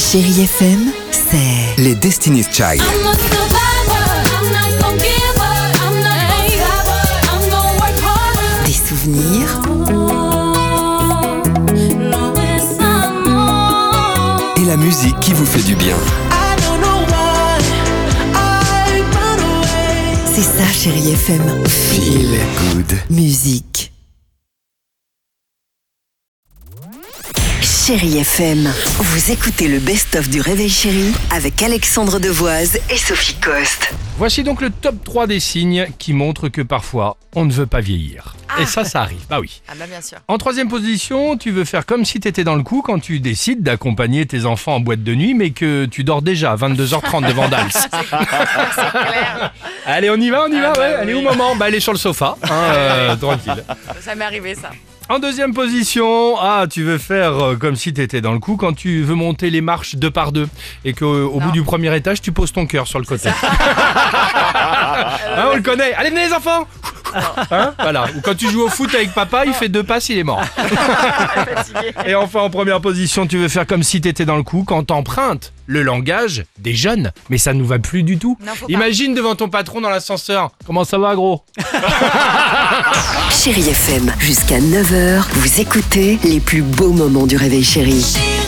Chérie FM, c'est Les Destiny's Child. des souvenirs Et la musique qui vous fait du bien. c'est ça Chérie FM. Feel good. Musique. Chérie FM, vous écoutez le best-of du Réveil Chérie avec Alexandre Devoise et Sophie Coste. Voici donc le top 3 des signes qui montrent que parfois, on ne veut pas vieillir. Et ça arrive, bah oui. Ah bah bien sûr. En troisième position, tu veux faire comme si t'étais dans le coup quand tu décides d'accompagner tes enfants en boîte de nuit, mais que tu dors déjà à 22h30 devant Dals. C'est clair. Allez, on y va, ouais. bah Elle est oui. où maman ? Bah elle est sur le sofa, tranquille. Ça m'est arrivé ça. En deuxième position, tu veux faire comme si t'étais dans le coup quand tu veux monter les marches 2 par 2 et qu'au bout du premier étage, tu poses ton cœur sur le côté. On le connaît. Allez, venez les enfants. Voilà. Ou quand tu joues au foot avec papa, il fait 2 passes, il est mort. Fatigué. Et enfin, en première position, tu veux faire comme si t'étais dans le coup quand t'empruntes le langage des jeunes. Mais ça nous va plus du tout. Non, faut pas. Imagine devant ton patron dans l'ascenseur. Comment ça va, gros ? Chérie FM, jusqu'à 9h, vous écoutez les plus beaux moments du Réveil Chérie.